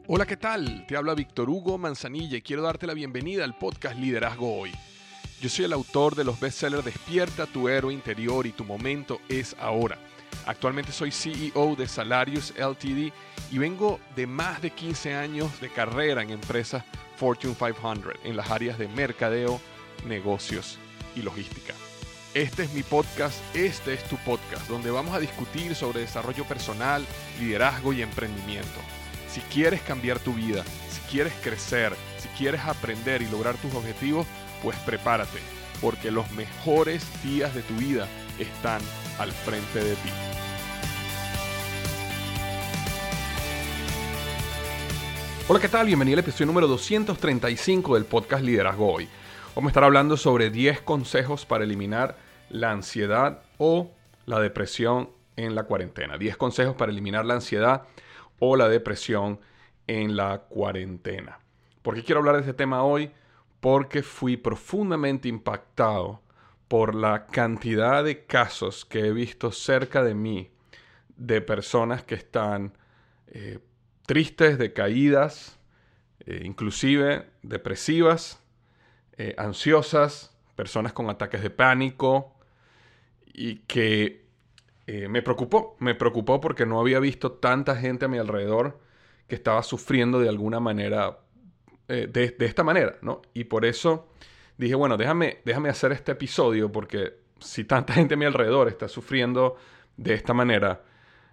Hola, ¿qué tal? Te habla Víctor Hugo Manzanilla y quiero darte la bienvenida al podcast Liderazgo Hoy. Yo soy el autor de los bestsellers Despierta tu héroe interior y Tu momento es ahora. Actualmente soy CEO de Salarius Ltd y vengo de más de 15 años de carrera en empresas Fortune 500 en las áreas de mercadeo, negocios y logística. Este es mi podcast, este es tu podcast, donde vamos a discutir sobre desarrollo personal, liderazgo y emprendimiento. Si quieres cambiar tu vida, si quieres crecer, si quieres aprender y lograr tus objetivos, pues prepárate, porque los mejores días de tu vida están al frente de ti. Hola, ¿qué tal? Bienvenido al episodio número 235 del podcast Liderazgo Hoy. Vamos a estar hablando sobre 10 consejos para eliminar la ansiedad o la depresión en la cuarentena. 10 consejos para eliminar la ansiedad o la depresión en la cuarentena. ¿Por qué quiero hablar de este tema hoy? Porque fui profundamente impactado por la cantidad de casos que he visto cerca de mí de personas que están tristes, decaídas, inclusive depresivas, ansiosas, personas con ataques de pánico y que me preocupó porque no había visto tanta gente a mi alrededor que estaba sufriendo de alguna manera, de esta manera, ¿no? Y por eso dije, bueno, déjame hacer este episodio porque si tanta gente a mi alrededor está sufriendo de esta manera,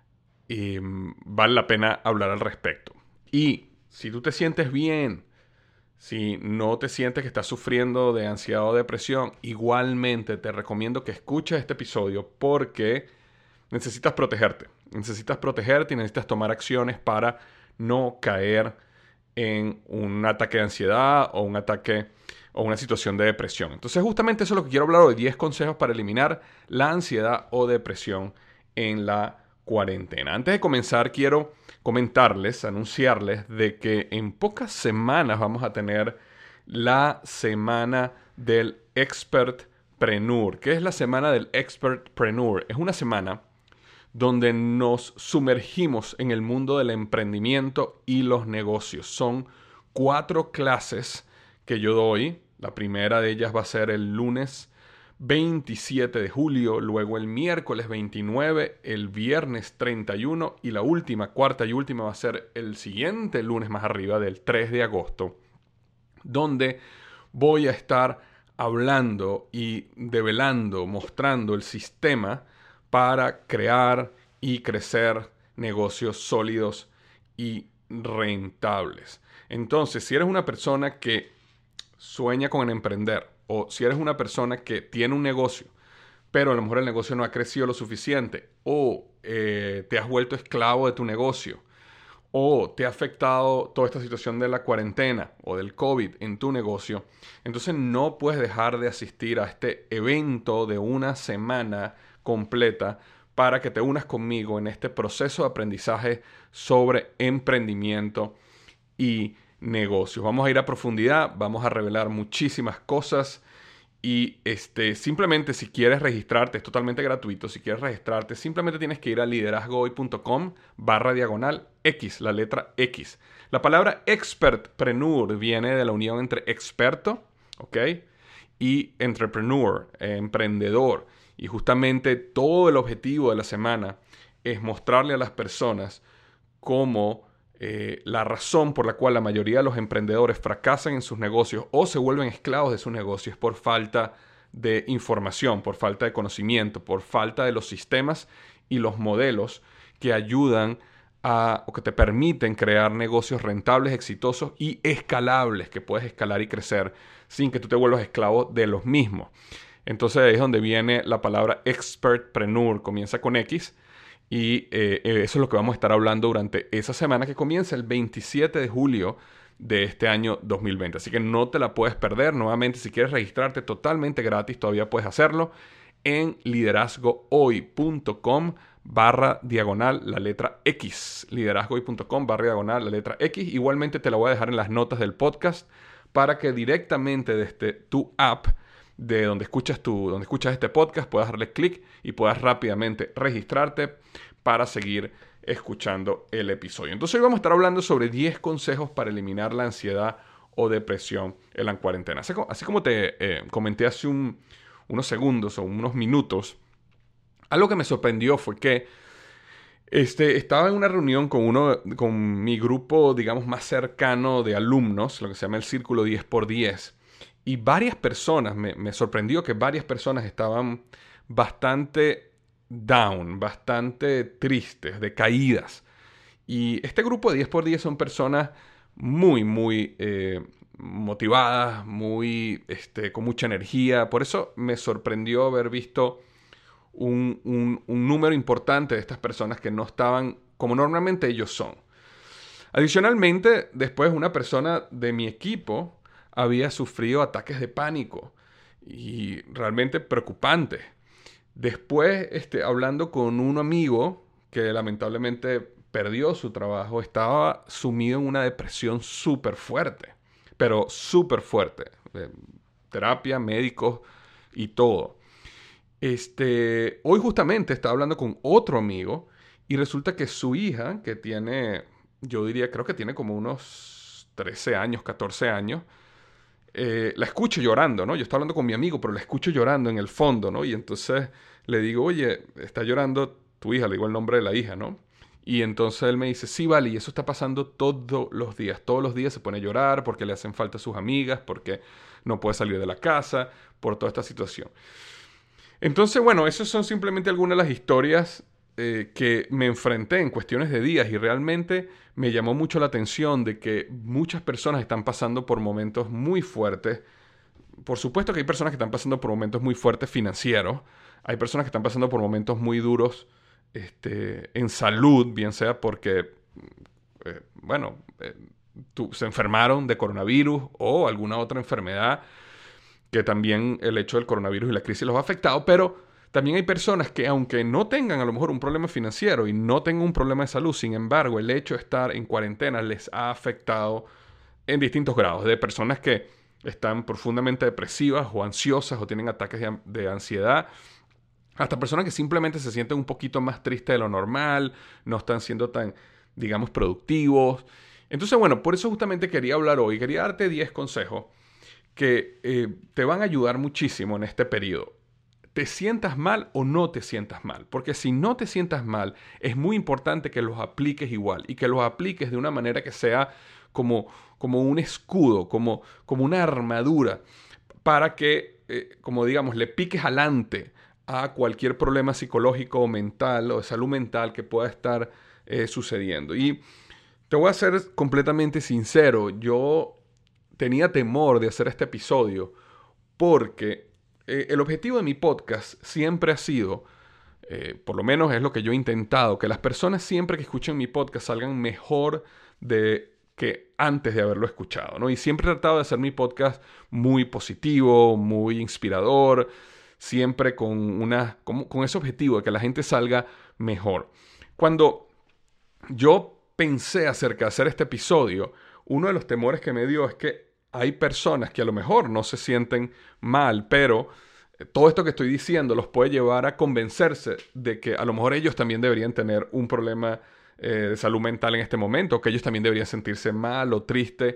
vale la pena hablar al respecto. Y si tú te sientes bien, si no te sientes que estás sufriendo de ansiedad o depresión, igualmente te recomiendo que escuches este episodio porque necesitas protegerte y necesitas tomar acciones para no caer en un ataque de ansiedad o un ataque o una situación de depresión. Entonces justamente eso es lo que quiero hablar hoy, 10 consejos para eliminar la ansiedad o depresión en la cuarentena. Antes de comenzar quiero anunciarles de que en pocas semanas vamos a tener la semana del Expertpreneur. ¿Qué es la semana del Expertpreneur? Es una semana donde nos sumergimos en el mundo del emprendimiento y los negocios. Son 4 clases que yo doy. La primera de ellas va a ser el lunes 27 de julio, luego el miércoles 29, el viernes 31 y la cuarta y última va a ser el siguiente lunes más arriba del 3 de agosto, donde voy a estar hablando y develando, mostrando el sistema para crear y crecer negocios sólidos y rentables. Entonces, si eres una persona que sueña con emprender o si eres una persona que tiene un negocio, pero a lo mejor el negocio no ha crecido lo suficiente o te has vuelto esclavo de tu negocio o te ha afectado toda esta situación de la cuarentena o del COVID en tu negocio, entonces no puedes dejar de asistir a este evento de una semana completa para que te unas conmigo en este proceso de aprendizaje sobre emprendimiento y negocios. Vamos a ir a profundidad, vamos a revelar muchísimas cosas y simplemente si quieres registrarte, es totalmente gratuito. Si quieres registrarte, simplemente tienes que ir a liderazgohoy.com/X, la letra X. La palabra expertpreneur viene de la unión entre experto, ¿ok? Y entrepreneur, emprendedor. Y justamente todo el objetivo de la semana es mostrarle a las personas cómo la razón por la cual la mayoría de los emprendedores fracasan en sus negocios o se vuelven esclavos de sus negocios es por falta de información, por falta de conocimiento, por falta de los sistemas y los modelos que ayudan o que te permiten crear negocios rentables, exitosos y escalables, que puedes escalar y crecer sin que tú te vuelvas esclavo de los mismos. Entonces ahí es donde viene la palabra expertpreneur, comienza con X. Y eso es lo que vamos a estar hablando durante esa semana que comienza el 27 de julio de este año 2020. Así que no te la puedes perder. Nuevamente, si quieres registrarte totalmente gratis, todavía puedes hacerlo en liderazgohoy.com/, la letra X. liderazgohoy.com/, la letra X. Igualmente te la voy a dejar en las notas del podcast para que directamente desde tu app de donde escuchas este podcast, puedas darle clic y puedas rápidamente registrarte para seguir escuchando el episodio. Entonces hoy vamos a estar hablando sobre 10 consejos para eliminar la ansiedad o depresión en la cuarentena. Así como te comenté hace unos segundos o unos minutos, algo que me sorprendió fue que estaba en una reunión con mi grupo, digamos, más cercano de alumnos, lo que se llama el Círculo 10x10, y varias personas, me sorprendió que varias personas estaban bastante down, bastante tristes, decaídas. Y este grupo de 10x10 son personas muy motivadas, con mucha energía. Por eso me sorprendió haber visto un número importante de estas personas que no estaban como normalmente ellos son. Adicionalmente, después una persona de mi equipo había sufrido ataques de pánico y realmente preocupante. Después, hablando con un amigo que lamentablemente perdió su trabajo, estaba sumido en una depresión súper fuerte, pero súper fuerte. Terapia, médicos y todo. Hoy justamente estaba hablando con otro amigo y resulta que su hija, que tiene, yo diría, creo que tiene como unos 13 años, 14 años, la escucho llorando, ¿no? Yo estaba hablando con mi amigo, pero la escucho llorando en el fondo, ¿no? Y entonces le digo, oye, está llorando tu hija, le digo el nombre de la hija, ¿no? Y entonces él me dice, sí, vale, y eso está pasando todos los días se pone a llorar porque le hacen falta sus amigas, porque no puede salir de la casa, por toda esta situación. Entonces, bueno, esas son simplemente algunas de las historias que me enfrenté en cuestiones de días y realmente me llamó mucho la atención de que muchas personas están pasando por momentos muy fuertes. Por supuesto que hay personas que están pasando por momentos muy fuertes financieros, hay personas que están pasando por momentos muy duros en salud, bien sea porque, se enfermaron de coronavirus o alguna otra enfermedad que también el hecho del coronavirus y la crisis los ha afectado, pero también hay personas que aunque no tengan a lo mejor un problema financiero y no tengan un problema de salud, sin embargo, el hecho de estar en cuarentena les ha afectado en distintos grados, de personas que están profundamente depresivas o ansiosas o tienen ataques de ansiedad, hasta personas que simplemente se sienten un poquito más tristes de lo normal, no están siendo tan, digamos, productivos. Entonces, bueno, por eso justamente quería hablar hoy, quería darte 10 consejos que te van a ayudar muchísimo en este periodo. Te sientas mal o no te sientas mal, porque si no te sientas mal, es muy importante que los apliques igual y que los apliques de una manera que sea como un escudo, como una armadura, para que, como digamos, le piques adelante a cualquier problema psicológico o mental o de salud mental que pueda estar sucediendo. Y te voy a ser completamente sincero, yo tenía temor de hacer este episodio porque el objetivo de mi podcast siempre ha sido, por lo menos es lo que yo he intentado, que las personas siempre que escuchen mi podcast salgan mejor de que antes de haberlo escuchado, ¿no? Y siempre he tratado de hacer mi podcast muy positivo, muy inspirador, siempre con ese objetivo de que la gente salga mejor. Cuando yo pensé acerca de hacer este episodio, uno de los temores que me dio es que hay personas que a lo mejor no se sienten mal, pero todo esto que estoy diciendo los puede llevar a convencerse de que a lo mejor ellos también deberían tener un problema de salud mental en este momento, que ellos también deberían sentirse mal o triste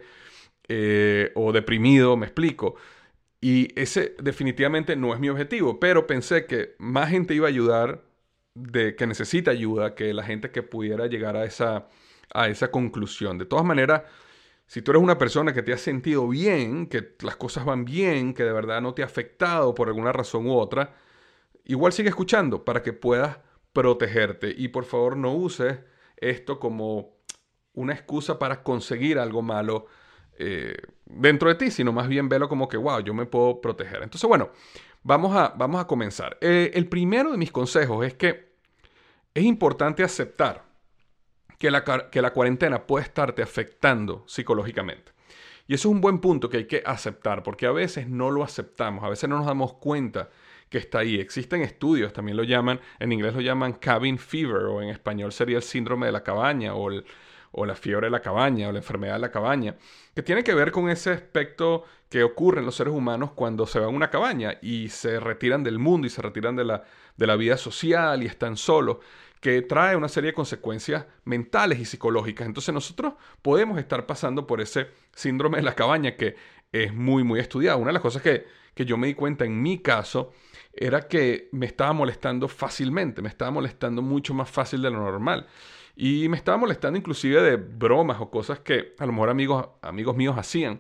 o deprimido, me explico. Y ese definitivamente no es mi objetivo, pero pensé que más gente iba a ayudar, que necesita ayuda, que la gente que pudiera llegar a esa conclusión. De todas maneras, si tú eres una persona que te has sentido bien, que las cosas van bien, que de verdad no te ha afectado por alguna razón u otra, igual sigue escuchando para que puedas protegerte. Y por favor no uses esto como una excusa para conseguir algo malo dentro de ti, sino más bien velo como que, wow, yo me puedo proteger. Entonces, bueno, vamos a comenzar. El primero de mis consejos es que es importante aceptar que la cuarentena puede estarte afectando psicológicamente. Y eso es un buen punto que hay que aceptar, porque a veces no lo aceptamos, a veces no nos damos cuenta que está ahí. Existen estudios, también lo llaman, en inglés lo llaman cabin fever, o en español sería el síndrome de la cabaña, o la fiebre de la cabaña, o la enfermedad de la cabaña, que tiene que ver con ese aspecto que ocurre en los seres humanos cuando se van a una cabaña y se retiran del mundo y se retiran de la vida social y están solos, que trae una serie de consecuencias mentales y psicológicas. Entonces nosotros podemos estar pasando por ese síndrome de la cabaña que es muy, muy estudiado. Una de las cosas que yo me di cuenta en mi caso era que me estaba molestando fácilmente, me estaba molestando mucho más fácil de lo normal. Y me estaba molestando inclusive de bromas o cosas que a lo mejor amigos míos hacían.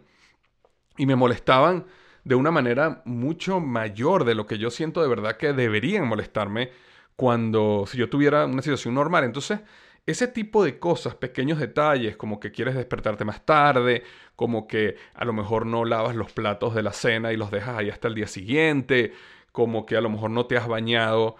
Y me molestaban de una manera mucho mayor de lo que yo siento de verdad que deberían molestarme si yo tuviera una situación normal. Entonces, ese tipo de cosas, pequeños detalles, como que quieres despertarte más tarde, como que a lo mejor no lavas los platos de la cena y los dejas ahí hasta el día siguiente, como que a lo mejor no te has bañado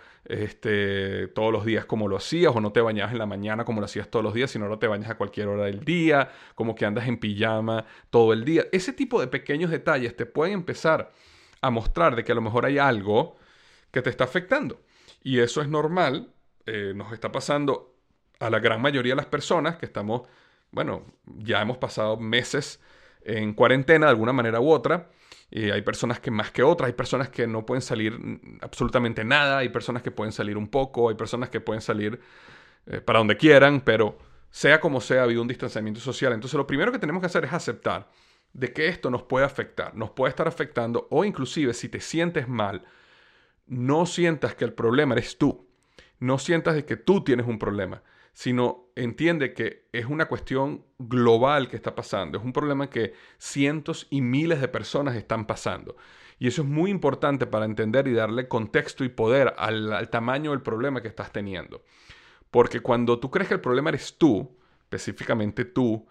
todos los días como lo hacías, o no te bañabas en la mañana como lo hacías todos los días, sino ahora te bañas a cualquier hora del día, como que andas en pijama todo el día. Ese tipo de pequeños detalles te pueden empezar a mostrar de que a lo mejor hay algo que te está afectando. Y eso es normal, nos está pasando a la gran mayoría de las personas que estamos, bueno, ya hemos pasado meses en cuarentena de alguna manera u otra. Hay personas que más que otras, hay personas que no pueden salir absolutamente nada, hay personas que pueden salir un poco, hay personas que pueden salir para donde quieran, pero sea como sea, ha habido un distanciamiento social. Entonces lo primero que tenemos que hacer es aceptar de que esto nos puede afectar, nos puede estar afectando, o inclusive si te sientes mal, no sientas que el problema eres tú, no sientas de que tú tienes un problema, sino entiende que es una cuestión global que está pasando, es un problema que cientos y miles de personas están pasando. Y eso es muy importante para entender y darle contexto y poder al tamaño del problema que estás teniendo. Porque cuando tú crees que el problema eres tú, específicamente tú,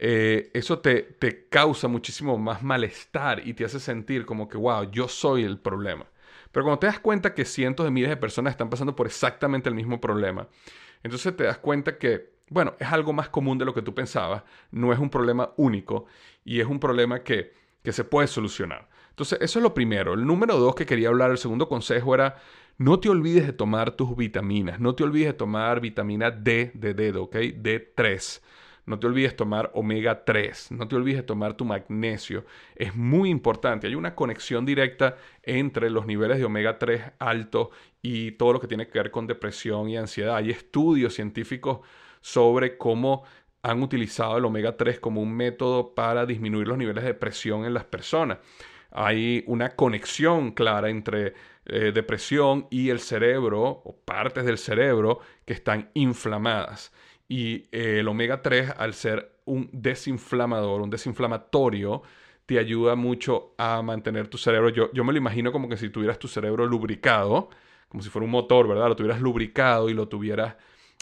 eso te causa muchísimo más malestar y te hace sentir como que, wow, yo soy el problema. Pero cuando te das cuenta que cientos de miles de personas están pasando por exactamente el mismo problema, entonces te das cuenta que, bueno, es algo más común de lo que tú pensabas, no es un problema único y es un problema que se puede solucionar. Entonces, eso es lo primero. El número 2 que quería hablar, el segundo consejo era, no te olvides de tomar tus vitaminas, no te olvides de tomar vitamina D de dedo, ¿ok? D3. No te olvides tomar omega 3, no te olvides de tomar tu magnesio. Es muy importante. Hay una conexión directa entre los niveles de omega 3 altos y todo lo que tiene que ver con depresión y ansiedad. Hay estudios científicos sobre cómo han utilizado el omega 3 como un método para disminuir los niveles de presión en las personas. Hay una conexión clara entre depresión y el cerebro o partes del cerebro que están inflamadas. Y el omega 3, al ser un desinflamador, un desinflamatorio, te ayuda mucho a mantener tu cerebro. Yo me lo imagino como que si tuvieras tu cerebro lubricado, como si fuera un motor, ¿verdad? Lo tuvieras lubricado y lo tuvieras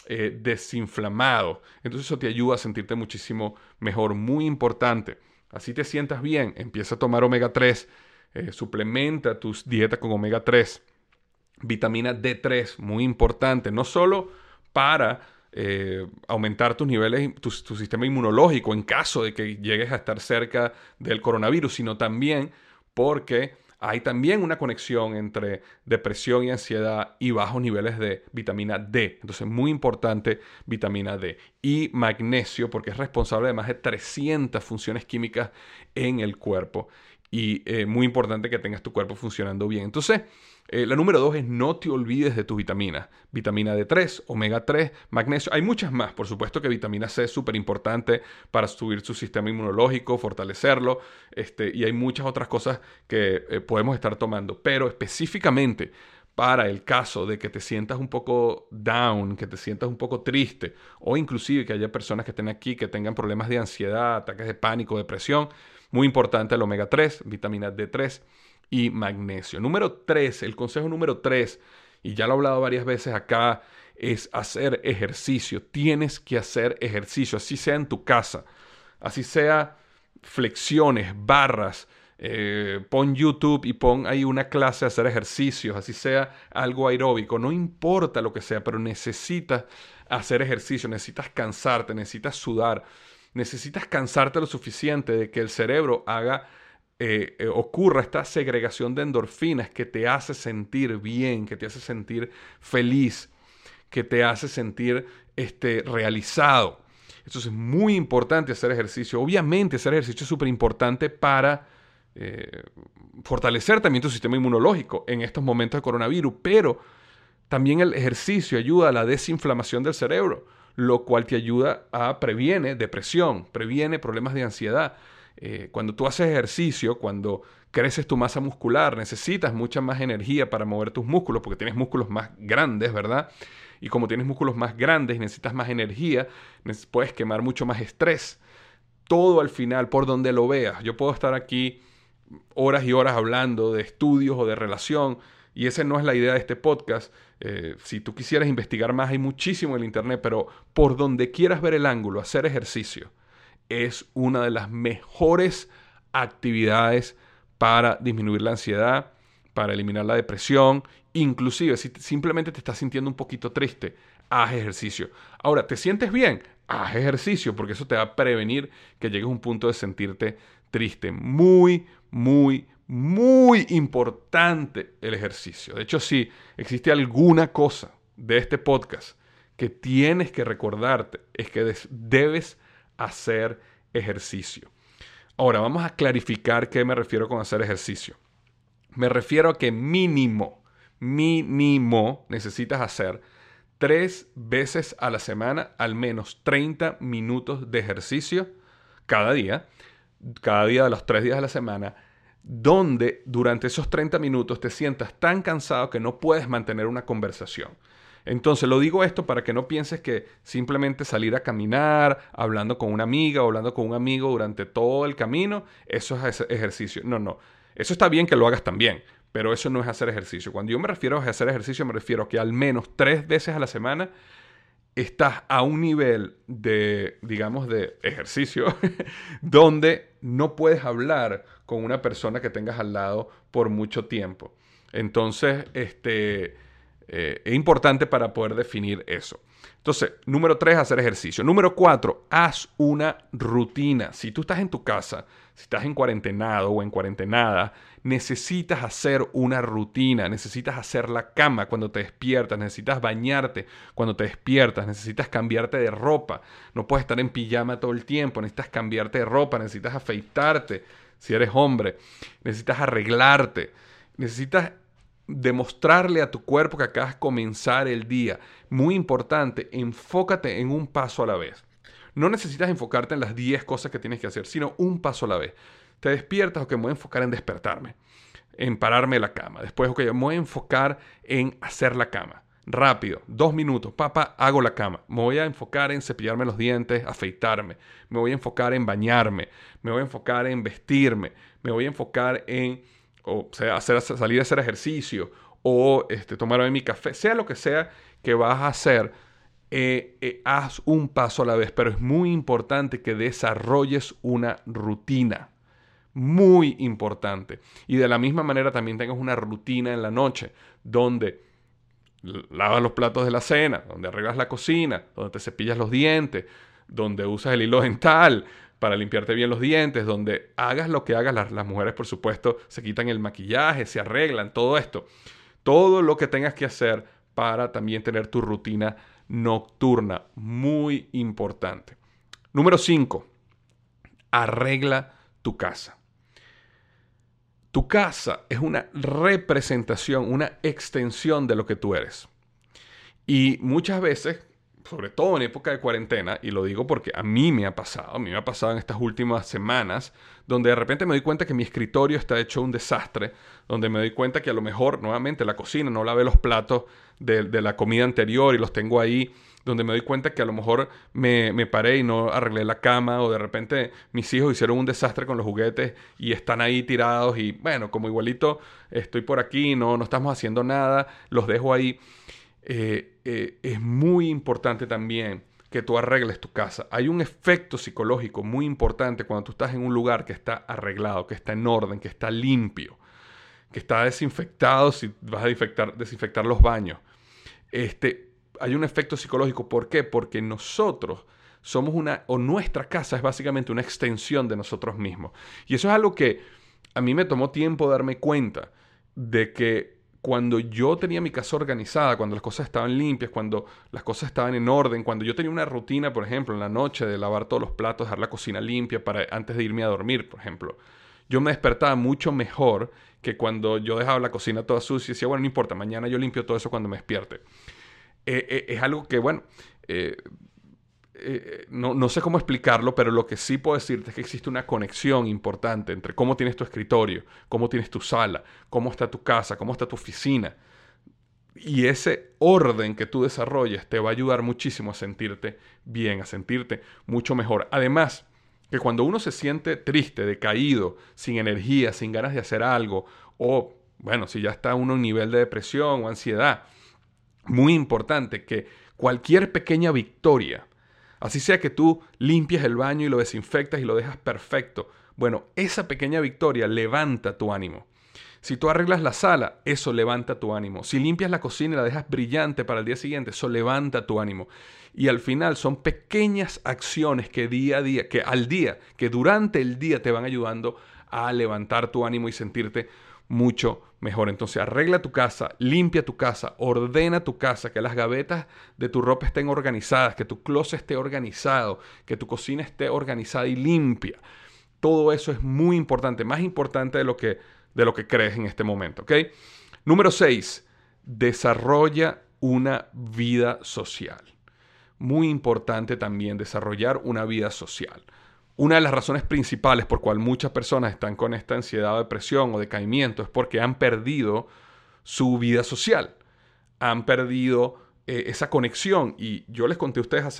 desinflamado. Entonces eso te ayuda a sentirte muchísimo mejor. Muy importante. Así te sientas bien. Empieza a tomar omega 3. Suplementa tus dietas con omega 3. Vitamina D3, muy importante. No solo para aumentar tus niveles, tu sistema inmunológico en caso de que llegues a estar cerca del coronavirus, sino también porque hay también una conexión entre depresión y ansiedad y bajos niveles de vitamina D. Entonces, muy importante vitamina D. Y magnesio, porque es responsable de más de 300 funciones químicas en el cuerpo. Y muy importante que tengas tu cuerpo funcionando bien. Entonces, la número 2 es no te olvides de tus vitaminas. Vitamina D3, omega 3, magnesio. Hay muchas más. Por supuesto que vitamina C es súper importante para subir su sistema inmunológico, fortalecerlo. Y hay muchas otras cosas que podemos estar tomando. Pero específicamente para el caso de que te sientas un poco down, que te sientas un poco triste, o inclusive que haya personas que estén aquí que tengan problemas de ansiedad, ataques de pánico, depresión, muy importante el omega 3, vitamina D3 y magnesio. Número 3, el consejo número 3, y ya lo he hablado varias veces acá, es hacer ejercicio. Tienes que hacer ejercicio, así sea en tu casa, así sea flexiones, barras. Pon YouTube y pon ahí una clase de hacer ejercicios, así sea algo aeróbico, no importa lo que sea, pero necesitas hacer ejercicio, necesitas cansarte, necesitas sudar, necesitas cansarte lo suficiente de que el cerebro ocurra esta segregación de endorfinas que te hace sentir bien, que te hace sentir feliz, que te hace sentir realizado. Entonces es muy importante hacer ejercicio. Obviamente hacer ejercicio es súper importante para fortalecer también tu sistema inmunológico en estos momentos de coronavirus, pero También el ejercicio ayuda a la desinflamación del cerebro, lo cual te ayuda previene depresión, previene problemas de ansiedad. Cuando tú haces ejercicio, cuando creces tu masa muscular, necesitas mucha más energía para mover tus músculos, porque tienes músculos más grandes, ¿verdad? Y como tienes músculos más grandes y necesitas más energía, puedes quemar mucho más estrés. Todo al final, por donde lo veas. Yo puedo estar aquí horas y horas hablando de estudios o de relación, y esa no es la idea de este podcast. Si tú quisieras investigar más, hay muchísimo en el internet, pero por donde quieras ver el ángulo, hacer ejercicio es una de las mejores actividades para disminuir la ansiedad, para eliminar la depresión. Inclusive si simplemente te estás sintiendo un poquito triste, haz ejercicio. Ahora, ¿te sientes bien? Haz ejercicio, porque eso te va a prevenir que llegues a un punto de sentirte triste. Muy, muy, muy importante el ejercicio. De hecho, si existe alguna cosa de este podcast que tienes que recordarte, es que debes hacer ejercicio. Ahora, vamos a clarificar qué me refiero con hacer ejercicio. Me refiero a que mínimo necesitas hacer 3 veces a la semana al menos 30 minutos de ejercicio cada día de los 3 días de la semana, donde durante esos 30 minutos te sientas tan cansado que no puedes mantener una conversación. Entonces, lo digo esto para que no pienses que simplemente salir a caminar, hablando con una amiga o hablando con un amigo durante todo el camino, eso es ejercicio. No. Eso está bien que lo hagas también, pero eso no es hacer ejercicio. Cuando yo me refiero a hacer ejercicio, me refiero a que al menos 3 veces a la semana estás a un nivel de, digamos, de ejercicio donde no puedes hablar con una persona que tengas al lado por mucho tiempo. Entonces, es importante para poder definir eso. Entonces, número 3, hacer ejercicio. Número 4, haz una rutina. Si tú estás en tu casa, si estás en cuarentenado o en cuarentenada, necesitas hacer una rutina. Necesitas hacer la cama cuando te despiertas. Necesitas bañarte cuando te despiertas. Necesitas cambiarte de ropa. No puedes estar en pijama todo el tiempo. Necesitas cambiarte de ropa. Necesitas afeitarte si eres hombre. Necesitas arreglarte. Necesitas demostrarle a tu cuerpo que acabas de comenzar el día. Muy importante, enfócate en un paso a la vez. No necesitas enfocarte en las 10 cosas que tienes que hacer, sino un paso a la vez. Te despiertas, ok, me voy a enfocar en despertarme, en pararme de la cama. Después, ok, me voy a enfocar en hacer la cama. Rápido, 2 minutos, papá, hago la cama. Me voy a enfocar en cepillarme los dientes, afeitarme. Me voy a enfocar en bañarme. Me voy a enfocar en vestirme. Me voy a enfocar en salir a hacer ejercicio o tomarme mi café, sea lo que sea que vas a hacer, haz un paso a la vez, pero es muy importante que desarrolles una rutina, muy importante. Y de la misma manera también tengas una rutina en la noche, donde lavas los platos de la cena, donde arreglas la cocina, donde te cepillas los dientes, donde usas el hilo dental para limpiarte bien los dientes, donde hagas lo que hagas. Las mujeres, por supuesto, se quitan el maquillaje, se arreglan, todo esto. Todo lo que tengas que hacer para también tener tu rutina nocturna. Muy importante. Número 5. Arregla tu casa. Tu casa es una representación, una extensión de lo que tú eres. Y muchas veces, sobre todo en época de cuarentena, y lo digo porque a mí me ha pasado en estas últimas semanas, donde de repente me doy cuenta que mi escritorio está hecho un desastre, donde me doy cuenta que a lo mejor, nuevamente, la cocina, no lavé los platos de la comida anterior y los tengo ahí, donde me doy cuenta que a lo mejor me paré y no arreglé la cama, o de repente mis hijos hicieron un desastre con los juguetes y están ahí tirados y, bueno, como igualito estoy por aquí, no estamos haciendo nada, los dejo ahí. Es muy importante también que tú arregles tu casa. Hay un efecto psicológico muy importante cuando tú estás en un lugar que está arreglado, que está en orden, que está limpio, que está desinfectado si vas a desinfectar los baños. Hay un efecto psicológico. ¿Por qué? Porque nosotros somos nuestra casa es básicamente una extensión de nosotros mismos. Y eso es algo que a mí me tomó tiempo darme cuenta de que cuando yo tenía mi casa organizada, cuando las cosas estaban limpias, cuando las cosas estaban en orden, cuando yo tenía una rutina, por ejemplo, en la noche de lavar todos los platos, dejar la cocina limpia antes de irme a dormir, por ejemplo, yo me despertaba mucho mejor que cuando yo dejaba la cocina toda sucia, decía, bueno, no importa, mañana yo limpio todo eso cuando me despierte. Es algo que, bueno, no sé cómo explicarlo, pero lo que sí puedo decirte es que existe una conexión importante entre cómo tienes tu escritorio, cómo tienes tu sala, cómo está tu casa, cómo está tu oficina. Y ese orden que tú desarrolles te va a ayudar muchísimo a sentirte bien, a sentirte mucho mejor. Además, que cuando uno se siente triste, decaído, sin energía, sin ganas de hacer algo, o, bueno, si ya está uno en un nivel de depresión o ansiedad, muy importante que cualquier pequeña victoria, así sea que tú limpies el baño y lo desinfectas y lo dejas perfecto, bueno, esa pequeña victoria levanta tu ánimo. Si tú arreglas la sala, eso levanta tu ánimo. Si limpias la cocina y la dejas brillante para el día siguiente, eso levanta tu ánimo. Y al final son pequeñas acciones que día a día, que durante el día te van ayudando a levantar tu ánimo y sentirte mucho mejor. Entonces arregla tu casa, limpia tu casa, ordena tu casa, que las gavetas de tu ropa estén organizadas, que tu closet esté organizado, que tu cocina esté organizada y limpia. Todo eso es muy importante, más importante de lo que crees en este momento, ¿ok? Número 6, desarrolla una vida social. Muy importante también desarrollar una vida social. Una de las razones principales por cual muchas personas están con esta ansiedad o depresión o decaimiento es porque han perdido su vida social. Han perdido esa conexión. Y yo les conté a ustedes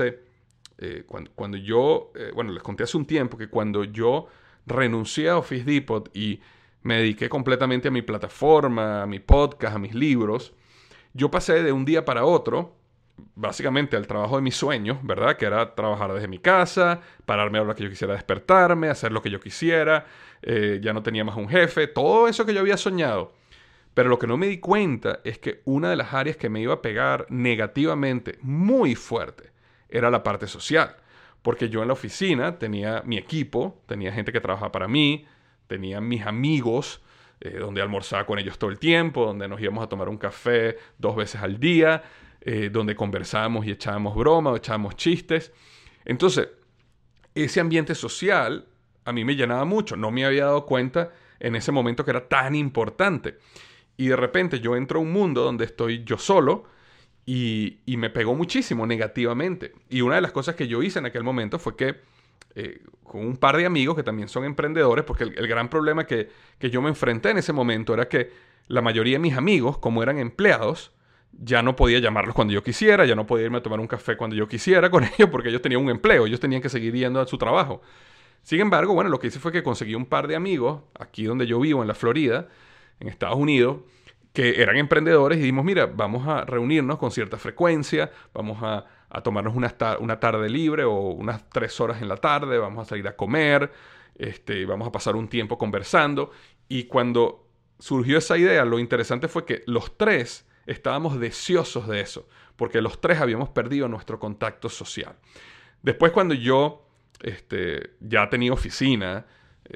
les conté hace un tiempo que cuando yo renuncié a Office Depot y me dediqué completamente a mi plataforma, a mi podcast, a mis libros, yo pasé de un día para otro, básicamente al trabajo de mis sueños, ¿verdad? Que era trabajar desde mi casa, pararme a la hora que yo quisiera despertarme, hacer lo que yo quisiera, ya no tenía más un jefe, todo eso que yo había soñado. Pero lo que no me di cuenta es que una de las áreas que me iba a pegar negativamente, muy fuerte, era la parte social. Porque yo en la oficina tenía mi equipo, tenía gente que trabajaba para mí, tenía mis amigos, donde almorzaba con ellos todo el tiempo, donde nos íbamos a tomar un café 2 veces al día, donde conversábamos y echábamos broma o echábamos chistes. Entonces, ese ambiente social a mí me llenaba mucho. No me había dado cuenta en ese momento que era tan importante. Y de repente yo entro a un mundo donde estoy yo solo y me pegó muchísimo negativamente. Y una de las cosas que yo hice en aquel momento fue que con un par de amigos que también son emprendedores, porque el gran problema que yo me enfrenté en ese momento era que la mayoría de mis amigos, como eran empleados, ya no podía llamarlos cuando yo quisiera, ya no podía irme a tomar un café cuando yo quisiera con ellos porque ellos tenían un empleo, ellos tenían que seguir yendo a su trabajo. Sin embargo, bueno, lo que hice fue que conseguí un par de amigos aquí donde yo vivo, en la Florida, en Estados Unidos, que eran emprendedores y dijimos, mira, vamos a reunirnos con cierta frecuencia, vamos a tomarnos una tarde libre o unas 3 horas en la tarde, vamos a salir a comer, vamos a pasar un tiempo conversando. Y cuando surgió esa idea, lo interesante fue que los 3 estábamos deseosos de eso, porque los 3 habíamos perdido nuestro contacto social. Después cuando yo ya tenía oficina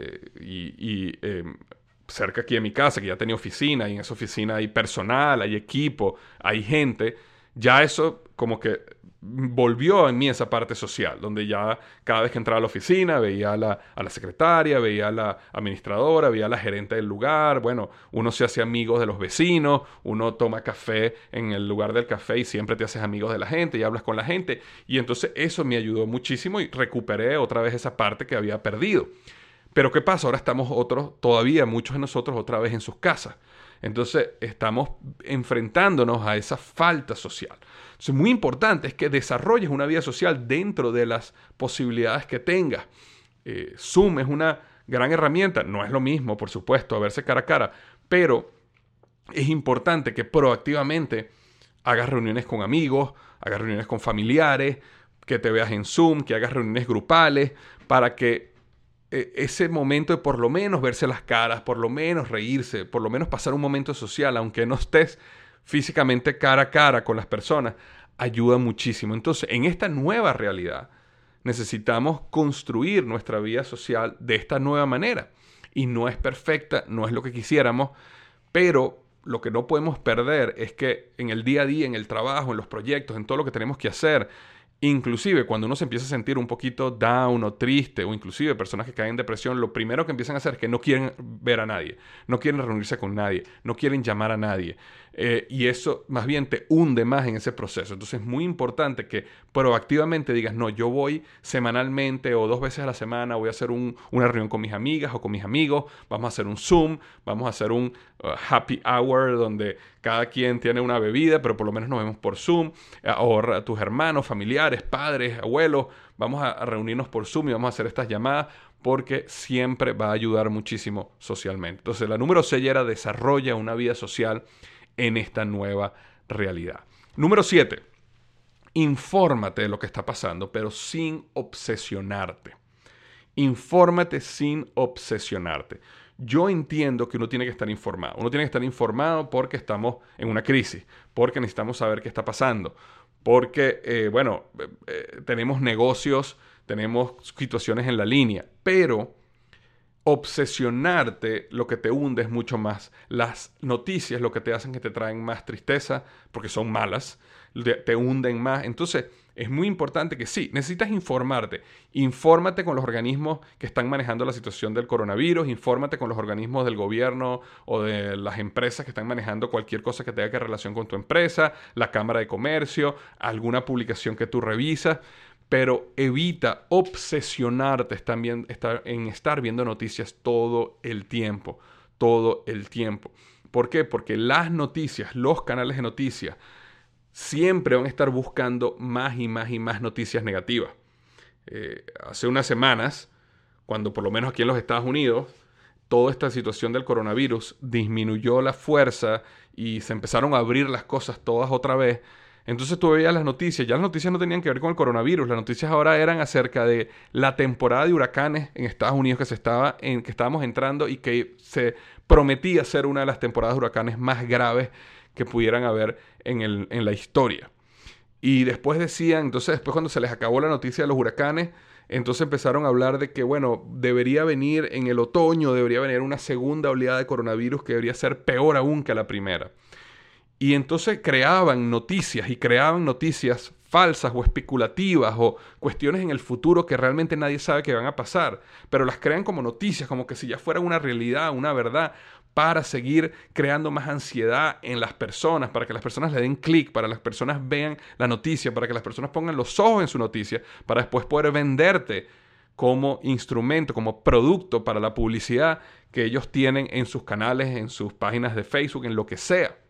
cerca aquí de mi casa, que ya tenía oficina, y en esa oficina hay personal, hay equipo, hay gente, ya eso como que volvió en mí esa parte social, donde ya cada vez que entraba a la oficina veía a la secretaria, veía a la administradora, veía a la gerente del lugar, bueno, uno se hace amigos de los vecinos, uno toma café en el lugar del café y siempre te haces amigos de la gente y hablas con la gente, y entonces eso me ayudó muchísimo y recuperé otra vez esa parte que había perdido. Pero ¿qué pasa? Ahora estamos todavía muchos de nosotros otra vez en sus casas. Entonces estamos enfrentándonos a esa falta social. Entonces muy importante es que desarrolles una vida social dentro de las posibilidades que tengas. Zoom es una gran herramienta. No es lo mismo, por supuesto, a verse cara a cara, pero es importante que proactivamente hagas reuniones con amigos, hagas reuniones con familiares, que te veas en Zoom, que hagas reuniones grupales, para que ese momento de por lo menos verse las caras, por lo menos reírse, por lo menos pasar un momento social, aunque no estés físicamente cara a cara con las personas, ayuda muchísimo. Entonces, en esta nueva realidad, necesitamos construir nuestra vida social de esta nueva manera. Y no es perfecta, no es lo que quisiéramos, pero lo que no podemos perder es que en el día a día, en el trabajo, en los proyectos, en todo lo que tenemos que hacer, Inclusive cuando uno se empieza a sentir un poquito down o triste, o inclusive personas que caen en depresión, lo primero que empiezan a hacer es que no quieren ver a nadie, no quieren reunirse con nadie, no quieren llamar a nadie. Y eso más bien te hunde más en ese proceso. Entonces es muy importante que proactivamente digas, no, yo voy semanalmente o 2 veces a la semana, voy a hacer una reunión con mis amigas o con mis amigos, vamos a hacer un Zoom, vamos a hacer un happy hour donde cada quien tiene una bebida, pero por lo menos nos vemos por Zoom, o tus hermanos, familiares, padres, abuelos, vamos a reunirnos por Zoom y vamos a hacer estas llamadas porque siempre va a ayudar muchísimo socialmente. Entonces, la número 6 era desarrolla una vida social en esta nueva realidad. Número 7, infórmate de lo que está pasando, pero sin obsesionarte. Infórmate sin obsesionarte. Yo entiendo que uno tiene que estar informado. Uno tiene que estar informado porque estamos en una crisis, porque necesitamos saber qué está pasando, porque, tenemos negocios, tenemos situaciones en la línea, pero obsesionarte lo que te hunde es mucho más. Las noticias lo que te hacen que te traen más tristeza porque son malas, te hunden más. Entonces es muy importante que sí, necesitas informarte. Infórmate con los organismos que están manejando la situación del coronavirus, infórmate con los organismos del gobierno o de las empresas que están manejando cualquier cosa que tenga que relación con tu empresa, la Cámara de Comercio, alguna publicación que tú revisas. Pero evita obsesionarte en estar viendo noticias todo el tiempo. Todo el tiempo. ¿Por qué? Porque las noticias, los canales de noticias, siempre van a estar buscando más y más y más noticias negativas. Hace unas semanas, cuando por lo menos aquí en los Estados Unidos, toda esta situación del coronavirus disminuyó la fuerza y se empezaron a abrir las cosas todas otra vez. Entonces tú veías las noticias, ya las noticias no tenían que ver con el coronavirus, las noticias ahora eran acerca de la temporada de huracanes en Estados Unidos que estábamos entrando y que se prometía ser una de las temporadas de huracanes más graves que pudieran haber en la historia. Y después después cuando se les acabó la noticia de los huracanes, entonces empezaron a hablar de que, bueno, debería venir en el otoño, debería venir una segunda oleada de coronavirus que debería ser peor aún que la primera. Y entonces creaban noticias falsas o especulativas o cuestiones en el futuro que realmente nadie sabe que van a pasar, pero las crean como noticias, como que si ya fuera una realidad, una verdad, para seguir creando más ansiedad en las personas, para que las personas le den clic, para que las personas vean la noticia, para que las personas pongan los ojos en su noticia, para después poder venderte como instrumento, como producto para la publicidad que ellos tienen en sus canales, en sus páginas de Facebook, en lo que sea.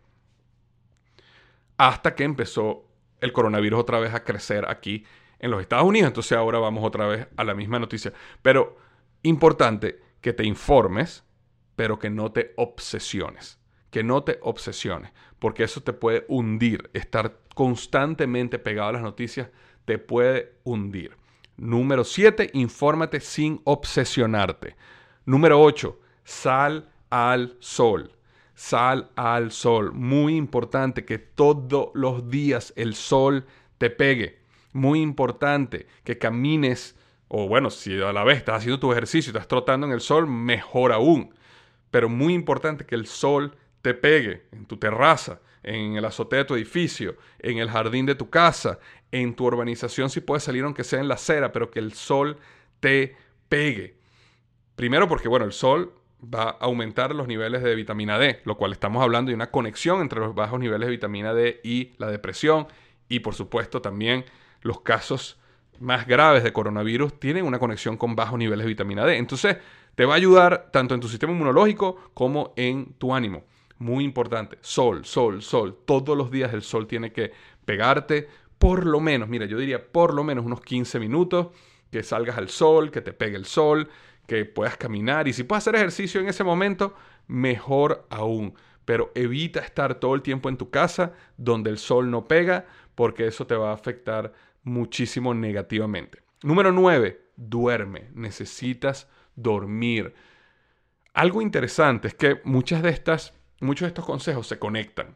Hasta que empezó el coronavirus otra vez a crecer aquí en los Estados Unidos. Entonces ahora vamos otra vez a la misma noticia. Pero importante que te informes, pero que no te obsesiones. Que no te obsesiones, porque eso te puede hundir. Estar constantemente pegado a las noticias te puede hundir. Número 7, infórmate sin obsesionarte. Número 8, sal al sol. Sal al sol. Muy importante que todos los días el sol te pegue. Muy importante que camines, o bueno, si a la vez estás haciendo tu ejercicio y estás trotando en el sol, mejor aún. Pero muy importante que el sol te pegue en tu terraza, en el azotea de tu edificio, en el jardín de tu casa, en tu urbanización si puedes salir aunque sea en la acera, pero que el sol te pegue. Primero porque, bueno, el sol va a aumentar los niveles de vitamina D, lo cual estamos hablando de una conexión entre los bajos niveles de vitamina D y la depresión. Y por supuesto también los casos más graves de coronavirus tienen una conexión con bajos niveles de vitamina D. Entonces te va a ayudar tanto en tu sistema inmunológico como en tu ánimo. Muy importante, sol, sol, sol. Todos los días el sol tiene que pegarte por lo menos, mira, yo diría por lo menos unos 15 minutos, que salgas al sol, que te pegue el sol, que puedas caminar y si puedes hacer ejercicio en ese momento, mejor aún. Pero evita estar todo el tiempo en tu casa donde el sol no pega porque eso te va a afectar muchísimo negativamente. Número 9, duerme. Necesitas dormir. Algo interesante es que muchos de estos consejos se conectan.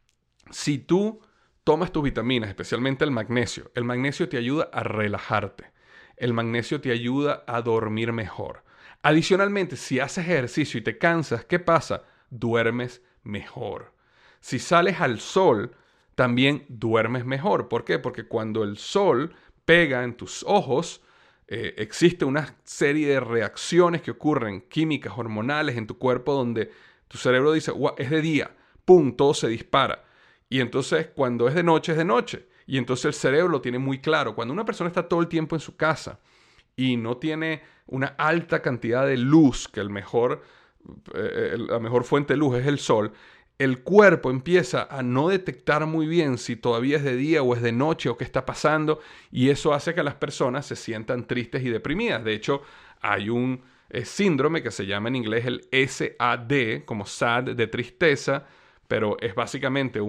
Si tú tomas tus vitaminas, especialmente el magnesio te ayuda a relajarte. El magnesio te ayuda a dormir mejor. Adicionalmente, si haces ejercicio y te cansas, ¿qué pasa? Duermes mejor. Si sales al sol, también duermes mejor. ¿Por qué? Porque cuando el sol pega en tus ojos, existe una serie de reacciones que ocurren, químicas, hormonales en tu cuerpo, donde tu cerebro dice, "Guau, es de día", ¡pum!, todo se dispara. Y entonces cuando es de noche, es de noche. Y entonces el cerebro lo tiene muy claro. Cuando una persona está todo el tiempo en su casa y no tiene una alta cantidad de luz, que la mejor fuente de luz es el sol, el cuerpo empieza a no detectar muy bien si todavía es de día o es de noche o qué está pasando, y eso hace que las personas se sientan tristes y deprimidas. De hecho, hay un síndrome que se llama en inglés el SAD, como SAD de tristeza, pero es básicamente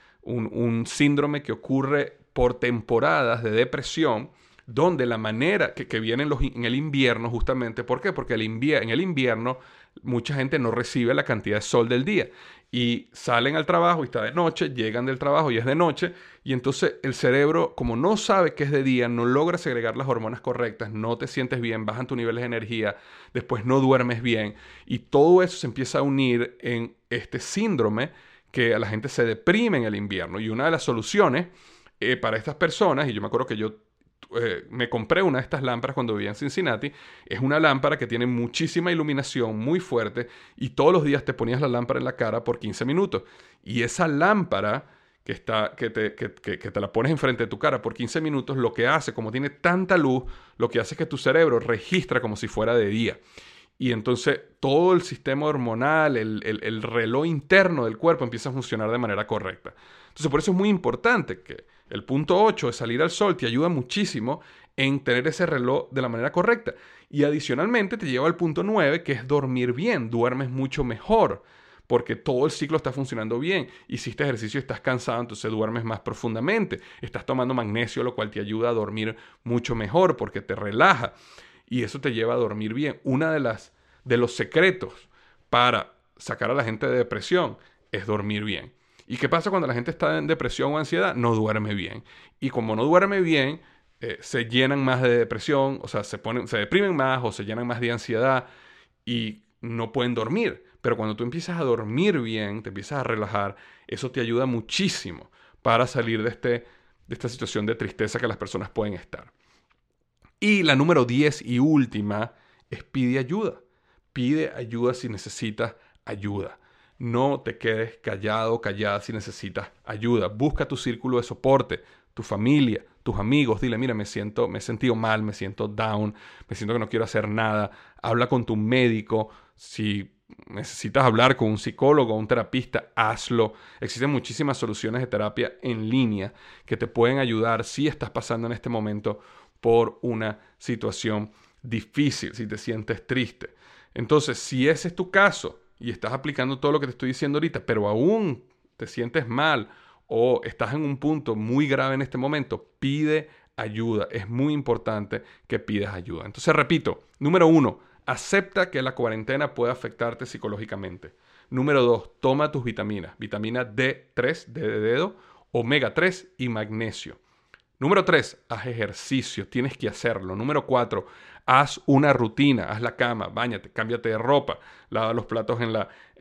un síndrome que ocurre por temporadas de depresión, donde la manera que viene en el invierno justamente, ¿por qué? Porque en el invierno mucha gente no recibe la cantidad de sol del día y salen al trabajo y está de noche, llegan del trabajo y es de noche, y entonces el cerebro, como no sabe que es de día, no logra segregar las hormonas correctas, no te sientes bien, bajan tus niveles de energía, después no duermes bien, y todo eso se empieza a unir en este síndrome que a la gente se deprime en el invierno. Y una de las soluciones para estas personas, y yo me acuerdo que yo me compré una de estas lámparas cuando vivía en Cincinnati. Es una lámpara que tiene muchísima iluminación, muy fuerte, y todos los días te ponías la lámpara en la cara por 15 minutos. Y esa lámpara que te la pones enfrente de tu cara por 15 minutos, lo que hace, como tiene tanta luz, lo que hace es que tu cerebro registra como si fuera de día. Y entonces todo el sistema hormonal, el reloj interno del cuerpo empieza a funcionar de manera correcta. Entonces por eso es muy importante que el punto 8 de salir al sol te ayuda muchísimo en tener ese reloj de la manera correcta. Y adicionalmente te lleva al punto 9, que es dormir bien. Duermes mucho mejor porque todo el ciclo está funcionando bien. Hiciste ejercicio y estás cansado, entonces duermes más profundamente. Estás tomando magnesio, lo cual te ayuda a dormir mucho mejor porque te relaja. Y eso te lleva a dormir bien. De los secretos para sacar a la gente de depresión es dormir bien. ¿Y qué pasa cuando la gente está en depresión o ansiedad? No duerme bien. Y como no duerme bien, se llenan más de depresión, o sea, se deprimen más o se llenan más de ansiedad y no pueden dormir. Pero cuando tú empiezas a dormir bien, te empiezas a relajar, eso te ayuda muchísimo para salir de esta situación de tristeza que las personas pueden estar. Y la número 10 y última es pide ayuda. Pide ayuda si necesitas ayuda. No te quedes callado, callada si necesitas ayuda. Busca tu círculo de soporte, tu familia, tus amigos. Dile, mira, me he sentido mal, me siento down, me siento que no quiero hacer nada. Habla con tu médico. Si necesitas hablar con un psicólogo o un terapista, hazlo. Existen muchísimas soluciones de terapia en línea que te pueden ayudar si estás pasando en este momento por una situación difícil, si te sientes triste. Entonces, si ese es tu caso y estás aplicando todo lo que te estoy diciendo ahorita, pero aún te sientes mal o estás en un punto muy grave en este momento, pide ayuda. Es muy importante que pidas ayuda. Entonces, repito, número 1, acepta que la cuarentena puede afectarte psicológicamente. Número 2, toma tus vitaminas. Vitamina D3, D de dedo, omega 3 y magnesio. Número 3, haz ejercicio, tienes que hacerlo. Número 4, haz una rutina, haz la cama, báñate, cámbiate de ropa, lava los platos en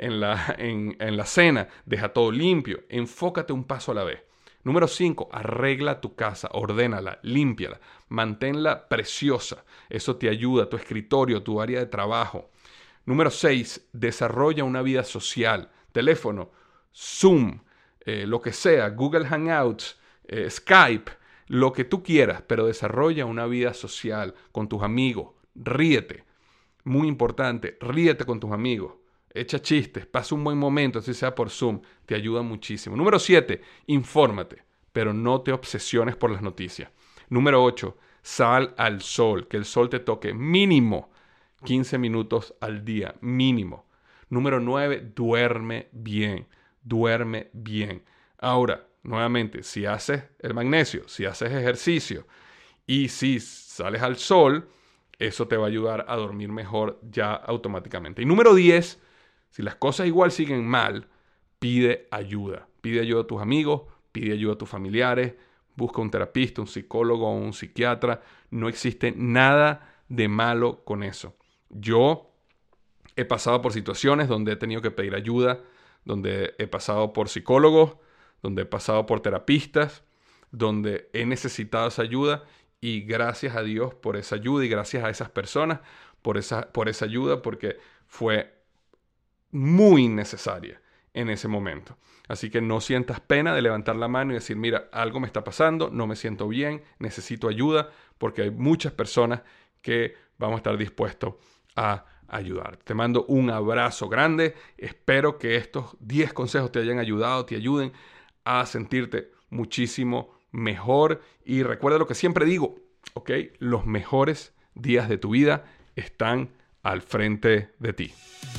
la cena, deja todo limpio, enfócate un paso a la vez. Número 5, arregla tu casa, ordénala, límpiala, manténla preciosa. Eso te ayuda, tu escritorio, tu área de trabajo. Número 6, desarrolla una vida social, teléfono, Zoom, lo que sea, Google Hangouts, Skype, lo que tú quieras, pero desarrolla una vida social con tus amigos. Ríete. Muy importante, ríete con tus amigos. Echa chistes, pasa un buen momento, así sea por Zoom. Te ayuda muchísimo. Número 7, infórmate, pero no te obsesiones por las noticias. Número 8, sal al sol, que el sol te toque mínimo 15 minutos al día, mínimo. Número 9, duerme bien. Duerme bien. Ahora, nuevamente, si haces el magnesio, si haces ejercicio y si sales al sol, eso te va a ayudar a dormir mejor ya automáticamente. Y número 10, si las cosas igual siguen mal, pide ayuda. Pide ayuda a tus amigos, pide ayuda a tus familiares, busca un terapista, un psicólogo o un psiquiatra. No existe nada de malo con eso. Yo he pasado por situaciones donde he tenido que pedir ayuda, donde he pasado por psicólogos, donde he pasado por terapistas, donde he necesitado esa ayuda y gracias a Dios por esa ayuda y gracias a esas personas por esa ayuda porque fue muy necesaria en ese momento. Así que no sientas pena de levantar la mano y decir, mira, algo me está pasando, no me siento bien, necesito ayuda, porque hay muchas personas que vamos a estar dispuestos a ayudar. Te mando un abrazo grande. Espero que estos 10 consejos te hayan ayudado, te ayuden a sentirte muchísimo mejor. Y recuerda lo que siempre digo, ¿ok? Los mejores días de tu vida están al frente de ti.